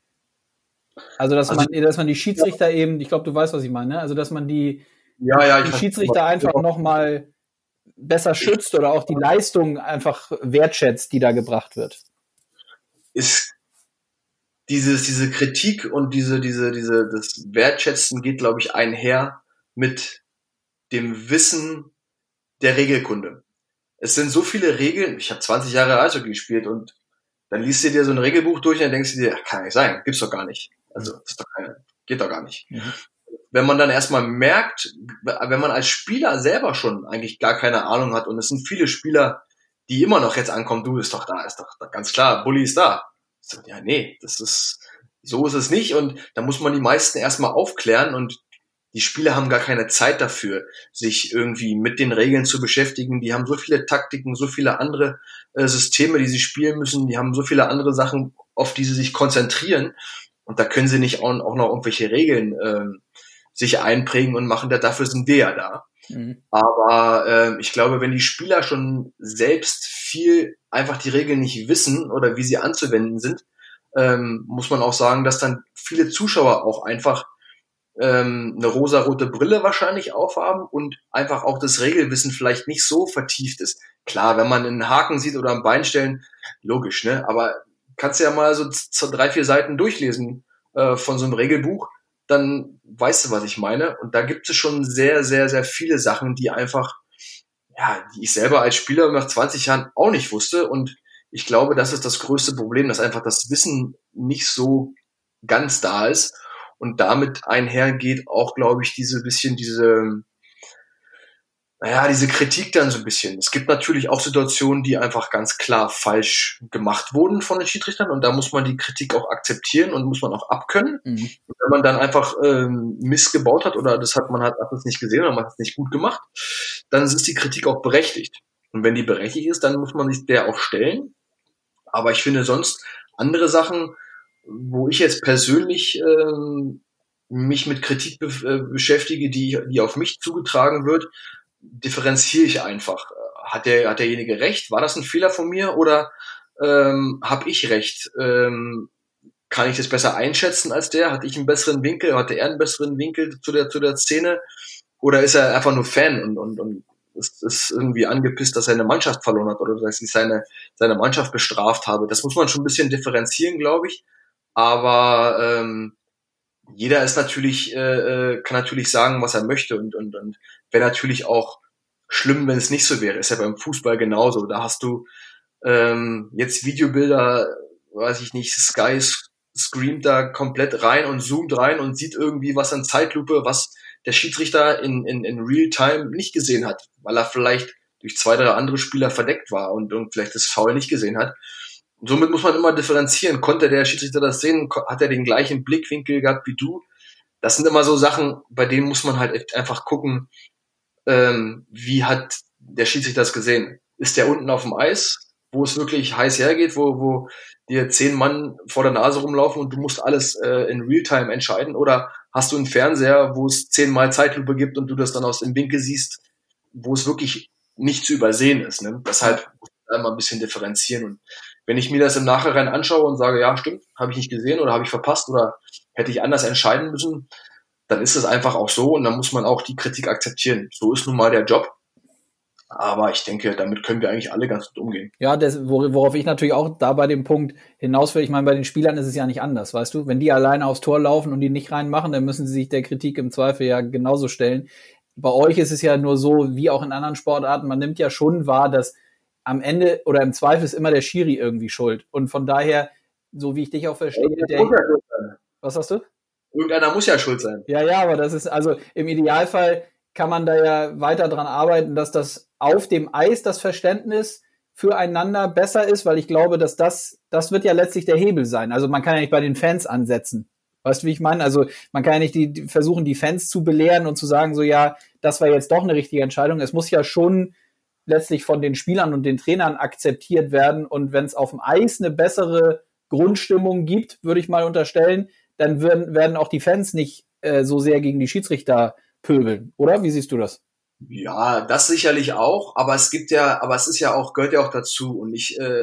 Also, dass also, man, dass man die Schiedsrichter ja. eben, ich glaube, du weißt, was ich meine, ne? Also, dass man die, ja, ja, die Schiedsrichter einfach ja. nochmal besser schützt oder auch die Leistung einfach wertschätzt, die da gebracht wird. Ist dieses, diese Kritik und diese, diese, diese, das Wertschätzen geht, glaube ich, einher mit dem Wissen der Regelkunde. Es sind so viele Regeln, ich habe zwanzig Jahre Eishockey gespielt und dann liest du dir so ein Regelbuch durch und dann denkst du dir, kann nicht sein, gibt's doch gar nicht. Also, das ist doch keine, geht doch gar nicht. Mhm. Wenn man dann erstmal merkt, wenn man als Spieler selber schon eigentlich gar keine Ahnung hat und es sind viele Spieler, die immer noch jetzt ankommen, du, ist doch da, ist doch ganz klar, Bulli ist da. So, ja, nee, das ist, so ist es nicht und da muss man die meisten erstmal aufklären und die Spieler haben gar keine Zeit dafür, sich irgendwie mit den Regeln zu beschäftigen. Die haben so viele Taktiken, so viele andere äh, Systeme, die sie spielen müssen. Die haben so viele andere Sachen, auf die sie sich konzentrieren. Und da können sie nicht auch, auch noch irgendwelche Regeln ähm, sich einprägen und machen. Dafür sind wir ja da. Mhm. Aber äh, ich glaube, wenn die Spieler schon selbst viel einfach die Regeln nicht wissen oder wie sie anzuwenden sind, ähm, muss man auch sagen, dass dann viele Zuschauer auch einfach ähm, eine rosarote Brille wahrscheinlich aufhaben und einfach auch das Regelwissen vielleicht nicht so vertieft ist. Klar, wenn man einen Haken sieht oder ein Bein stellen, logisch, ne? Aber kannst du ja mal so z- drei, vier Seiten durchlesen äh, von so einem Regelbuch, dann weißt du, was ich meine. Und da gibt es schon sehr, sehr, sehr viele Sachen, die einfach, ja, die ich selber als Spieler nach zwanzig Jahren auch nicht wusste. Und ich glaube, das ist das größte Problem, dass einfach das Wissen nicht so ganz da ist. Und damit einhergeht auch, glaube ich, diese bisschen diese, naja, diese Kritik dann so ein bisschen. Es gibt natürlich auch Situationen, die einfach ganz klar falsch gemacht wurden von den Schiedsrichtern und da muss man die Kritik auch akzeptieren und muss man auch abkönnen. Mhm. Und wenn man dann einfach ähm, Mist gebaut hat oder das hat man halt hat es nicht gesehen oder man hat es nicht gut gemacht, dann ist die Kritik auch berechtigt. Und wenn die berechtigt ist, dann muss man sich der auch stellen. Aber ich finde sonst andere Sachen, wo ich jetzt persönlich ähm, mich mit Kritik be- äh, beschäftige, die die auf mich zugetragen wird, differenziere ich einfach. Hat der hat derjenige recht? War das ein Fehler von mir oder ähm, habe ich recht? Ähm, kann ich das besser einschätzen als der? Hatte ich einen besseren Winkel? Hatte er einen besseren Winkel zu der zu der Szene? Oder ist er einfach nur Fan und und, und ist, ist irgendwie angepisst, dass er eine Mannschaft verloren hat oder dass ich seine seine Mannschaft bestraft habe? Das muss man schon ein bisschen differenzieren, glaube ich. Aber ähm, jeder ist natürlich, äh, kann natürlich sagen, was er möchte und, und, und wäre natürlich auch schlimm, wenn es nicht so wäre. Ist ja beim Fußball genauso. Da hast du ähm, jetzt Videobilder, weiß ich nicht, Sky screamt da komplett rein und zoomt rein und sieht irgendwie was an Zeitlupe, was der Schiedsrichter in, in, in Real-Time nicht gesehen hat, weil er vielleicht durch zwei, drei andere Spieler verdeckt war und, und vielleicht das Foul nicht gesehen hat. Somit muss man immer differenzieren. Konnte der Schiedsrichter das sehen? Hat er den gleichen Blickwinkel gehabt wie du? Das sind immer so Sachen, bei denen muss man halt einfach gucken, ähm, wie hat der Schiedsrichter das gesehen? Ist der unten auf dem Eis, wo es wirklich heiß hergeht, wo, wo dir zehn Mann vor der Nase rumlaufen und du musst alles äh, in Realtime entscheiden? Oder hast du einen Fernseher, wo es zehnmal Zeitlupe gibt und du das dann aus dem Winkel siehst, wo es wirklich nicht zu übersehen ist? Ne? Deshalb muss man einmal ein bisschen differenzieren und wenn ich mir das im Nachhinein anschaue und sage, ja, stimmt, habe ich nicht gesehen oder habe ich verpasst oder hätte ich anders entscheiden müssen, dann ist es einfach auch so und dann muss man auch die Kritik akzeptieren. So ist nun mal der Job. Aber ich denke, damit können wir eigentlich alle ganz gut umgehen. Ja, das, worauf ich natürlich auch da bei dem Punkt hinaus will, ich meine, bei den Spielern ist es ja nicht anders, weißt du? Wenn die alleine aufs Tor laufen und die nicht reinmachen, dann müssen sie sich der Kritik im Zweifel ja genauso stellen. Bei euch ist es ja nur so, wie auch in anderen Sportarten, man nimmt ja schon wahr, dass am Ende oder im Zweifel ist immer der Schiri irgendwie schuld. Und von daher, so wie ich dich auch verstehe, ja, der, was sagst du? Irgendeiner muss ja schuld sein. Ja, ja, aber das ist, also im Idealfall kann man da ja weiter dran arbeiten, dass das auf dem Eis das Verständnis füreinander besser ist, weil ich glaube, dass das, das wird ja letztlich der Hebel sein. Also man kann ja nicht bei den Fans ansetzen. Weißt du, wie ich meine? Also man kann ja nicht die, die versuchen, die Fans zu belehren und zu sagen, so ja, das war jetzt doch eine richtige Entscheidung. Es muss ja schon letztlich von den Spielern und den Trainern akzeptiert werden. Und wenn es auf dem Eis eine bessere Grundstimmung gibt, würde ich mal unterstellen, dann würden, werden auch die Fans nicht äh, so sehr gegen die Schiedsrichter pöbeln, oder? Wie siehst du das? Ja, das sicherlich auch, aber es gibt ja, aber es ist ja auch, gehört ja auch dazu und ich, äh,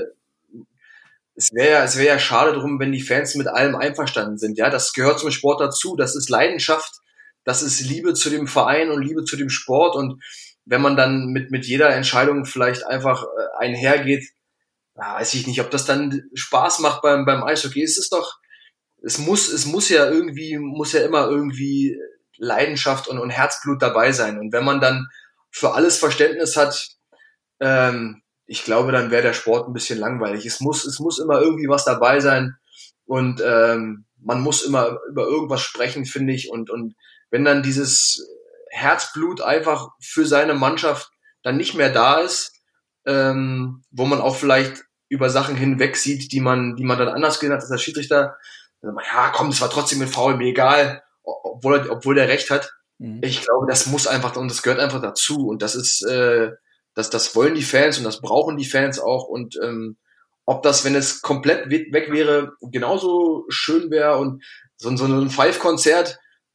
es wäre ja, es wäre ja schade drum, wenn die Fans mit allem einverstanden sind, ja, das gehört zum Sport dazu, das ist Leidenschaft, das ist Liebe zu dem Verein und Liebe zu dem Sport und wenn man dann mit, mit jeder Entscheidung vielleicht einfach äh, einhergeht, ja, weiß ich nicht, ob das dann Spaß macht beim, beim Eishockey, es ist doch, es muss, es muss ja irgendwie, muss ja immer irgendwie Leidenschaft und, und Herzblut dabei sein. Und wenn man dann für alles Verständnis hat, ähm, ich glaube, dann wäre der Sport ein bisschen langweilig. Es muss, es muss immer irgendwie was dabei sein und ähm, man muss immer über irgendwas sprechen, finde ich. Und, und wenn dann dieses Herzblut einfach für seine Mannschaft dann nicht mehr da ist, ähm, wo man auch vielleicht über Sachen hinweg sieht, die man, die man dann anders gesehen hat als der Schiedsrichter, ja, komm, es war trotzdem mit Foul, mir egal, obwohl er, obwohl der recht hat. Mhm. Ich glaube, das muss einfach, und das gehört einfach dazu. Und das ist, äh, das, das wollen die Fans und das brauchen die Fans auch. Und ähm, ob das, wenn es komplett weg wäre, genauso schön wäre und so, so ein Five-Konzert,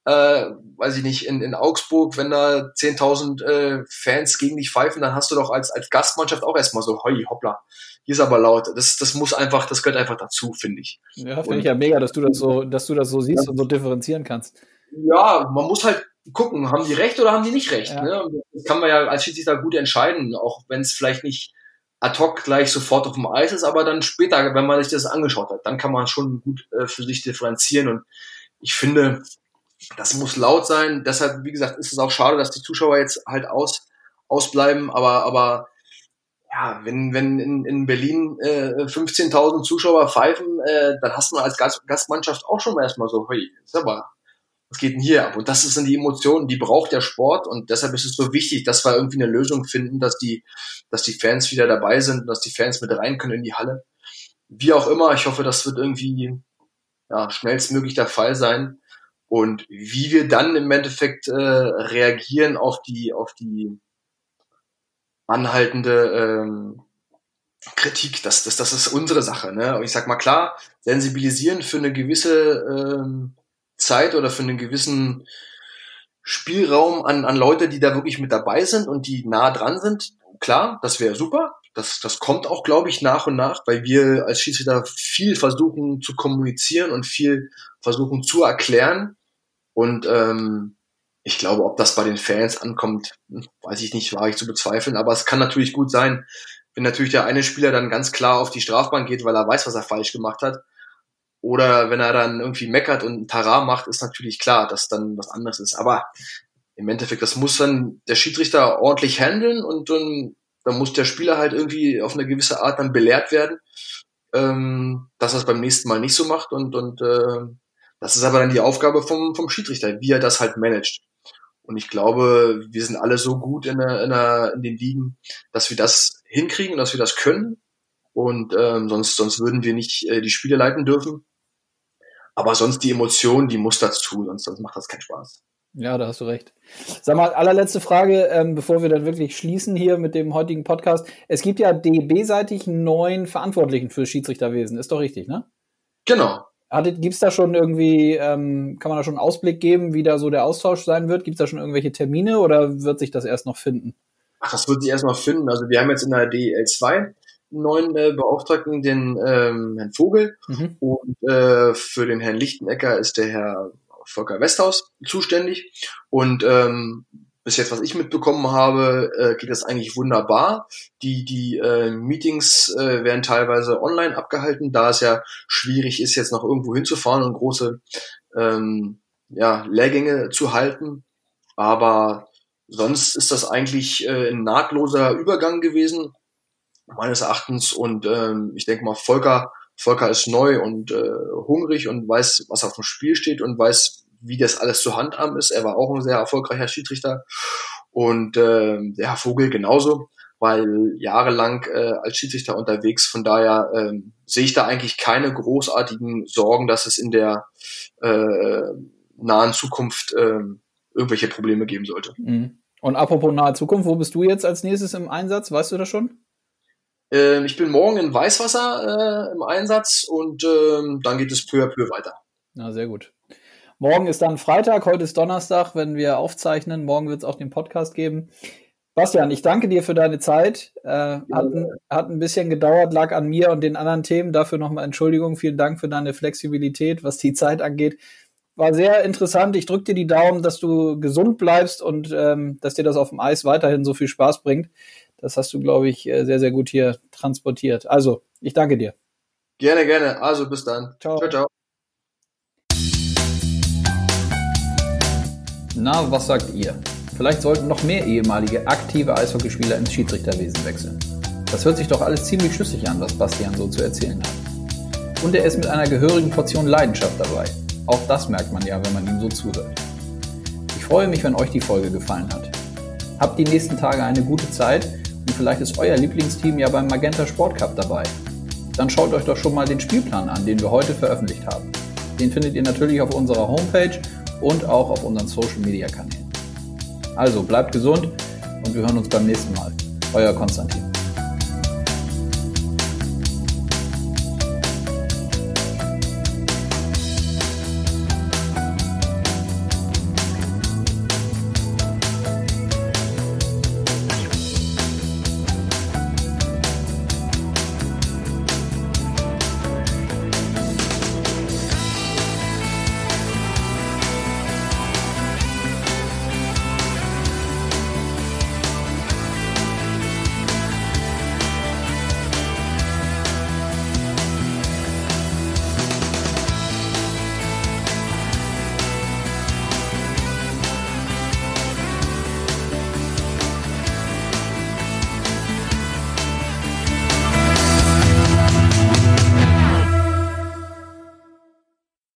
äh, weiß ich nicht, in, in Augsburg, wenn da zehntausend äh, Fans gegen dich pfeifen, dann hast du doch als, als Gastmannschaft auch erstmal so, hoi, hoppla, hier ist aber laut. Das, das muss einfach, das gehört einfach dazu, finde ich. Ja, finde ich ja mega, dass du das so, dass du das so siehst ja. und so differenzieren kannst. Ja, man muss halt gucken, haben die recht oder haben die nicht recht. Ja. Ne? Das kann man ja als Schiedsrichter gut entscheiden, auch wenn es vielleicht nicht ad hoc gleich sofort auf dem Eis ist, aber dann später, wenn man sich das angeschaut hat, dann kann man schon gut äh, für sich differenzieren. Und ich finde, das muss laut sein. Deshalb, wie gesagt, ist es auch schade, dass die Zuschauer jetzt halt aus, ausbleiben. Aber, aber ja, wenn, wenn in, in Berlin äh, fünfzehntausend Zuschauer pfeifen, äh, dann hast du als Gast, Gastmannschaft auch schon mal erstmal so, hey, ist aber, was geht denn hier ab? Und das sind die Emotionen, die braucht der Sport. Und deshalb ist es so wichtig, dass wir irgendwie eine Lösung finden, dass die, dass die Fans wieder dabei sind, dass die Fans mit rein können in die Halle. Wie auch immer, ich hoffe, das wird irgendwie ja, schnellstmöglich der Fall sein. Und wie wir dann im Endeffekt äh, reagieren auf die auf die anhaltende ähm, Kritik, das, das, das ist unsere Sache. Ne? Und ich sag mal klar, sensibilisieren für eine gewisse ähm, Zeit oder für einen gewissen Spielraum an, an Leute, die da wirklich mit dabei sind und die nah dran sind. Klar, das wäre super. Das, das kommt auch, glaube ich, nach und nach, weil wir als Schiedsrichter viel versuchen zu kommunizieren und viel versuchen zu erklären. Und ähm, ich glaube, ob das bei den Fans ankommt, weiß ich nicht, wage ich zu bezweifeln. Aber es kann natürlich gut sein, wenn natürlich der eine Spieler dann ganz klar auf die Strafbank geht, weil er weiß, was er falsch gemacht hat. Oder wenn er dann irgendwie meckert und ein Tara macht, ist natürlich klar, dass dann was anderes ist. Aber im Endeffekt, das muss dann der Schiedsrichter ordentlich handeln und dann, dann muss der Spieler halt irgendwie auf eine gewisse Art dann belehrt werden, ähm, dass er es beim nächsten Mal nicht so macht. Und, und äh, das ist aber dann die Aufgabe vom, vom Schiedsrichter, wie er das halt managt. Und ich glaube, wir sind alle so gut in, der, in, der, in den Ligen, dass wir das hinkriegen und dass wir das können. Und ähm, sonst, sonst würden wir nicht äh, die Spiele leiten dürfen. Aber sonst die Emotion, die muss dazu, sonst, sonst macht das keinen Spaß. Ja, da hast du recht. Sag mal, allerletzte Frage, ähm, bevor wir dann wirklich schließen hier mit dem heutigen Podcast. Es gibt ja D E B-seitig einen neuen Verantwortlichen fürs Schiedsrichterwesen. Ist doch richtig, ne? Genau. Gibt es da schon irgendwie, ähm, kann man da schon einen Ausblick geben, wie da so der Austausch sein wird? Gibt es da schon irgendwelche Termine oder wird sich das erst noch finden? Ach, das wird sich erst noch finden. Also wir haben jetzt in der D E L zwei einen neuen äh, Beauftragten, den ähm, Herrn Vogel. Mhm. Und äh, für den Herrn Lichtenecker ist der Herr Volker Westhaus zuständig. Und ähm, bis jetzt, was ich mitbekommen habe, äh, geht das eigentlich wunderbar. Die die äh, Meetings äh, werden teilweise online abgehalten, da es ja schwierig ist, jetzt noch irgendwo hinzufahren und große ähm, ja, Lehrgänge zu halten. Aber sonst ist das eigentlich äh, ein nahtloser Übergang gewesen, meines Erachtens. Und ähm, ich denke mal, Volker Volker ist neu und äh, hungrig und weiß, was auf dem Spiel steht und weiß, wie das alles zu handhaben ist. Er war auch ein sehr erfolgreicher Schiedsrichter. Und äh, der Herr Vogel genauso, weil jahrelang äh, als Schiedsrichter unterwegs. Von daher äh, sehe ich da eigentlich keine großartigen Sorgen, dass es in der äh, nahen Zukunft äh, irgendwelche Probleme geben sollte. Und apropos nahe Zukunft, wo bist du jetzt als nächstes im Einsatz? Weißt du das schon? Äh, ich bin morgen in Weißwasser äh, im Einsatz und äh, dann geht es peu à peu weiter. Na, sehr gut. Morgen ist dann Freitag, heute ist Donnerstag, wenn wir aufzeichnen. Morgen wird es auch den Podcast geben. Bastian, ich danke dir für deine Zeit. Äh, ja. hat, ein, hat ein bisschen gedauert, lag an mir und den anderen Themen. Dafür nochmal Entschuldigung. Vielen Dank für deine Flexibilität, was die Zeit angeht. War sehr interessant. Ich drücke dir die Daumen, dass du gesund bleibst und ähm, dass dir das auf dem Eis weiterhin so viel Spaß bringt. Das hast du, glaube ich, sehr, sehr gut hier transportiert. Also, ich danke dir. Gerne, gerne. Also, bis dann. Ciao, ciao. ciao. Na, was sagt ihr? Vielleicht sollten noch mehr ehemalige aktive Eishockeyspieler ins Schiedsrichterwesen wechseln. Das hört sich doch alles ziemlich schlüssig an, was Bastian so zu erzählen hat. Und er ist mit einer gehörigen Portion Leidenschaft dabei. Auch das merkt man ja, wenn man ihm so zuhört. Ich freue mich, wenn euch die Folge gefallen hat. Habt die nächsten Tage eine gute Zeit und vielleicht ist euer Lieblingsteam ja beim Magenta Sport Cup dabei. Dann schaut euch doch schon mal den Spielplan an, den wir heute veröffentlicht haben. Den findet ihr natürlich auf unserer Homepage und auch auf unseren Social-Media-Kanälen. Also bleibt gesund und wir hören uns beim nächsten Mal. Euer Konstantin.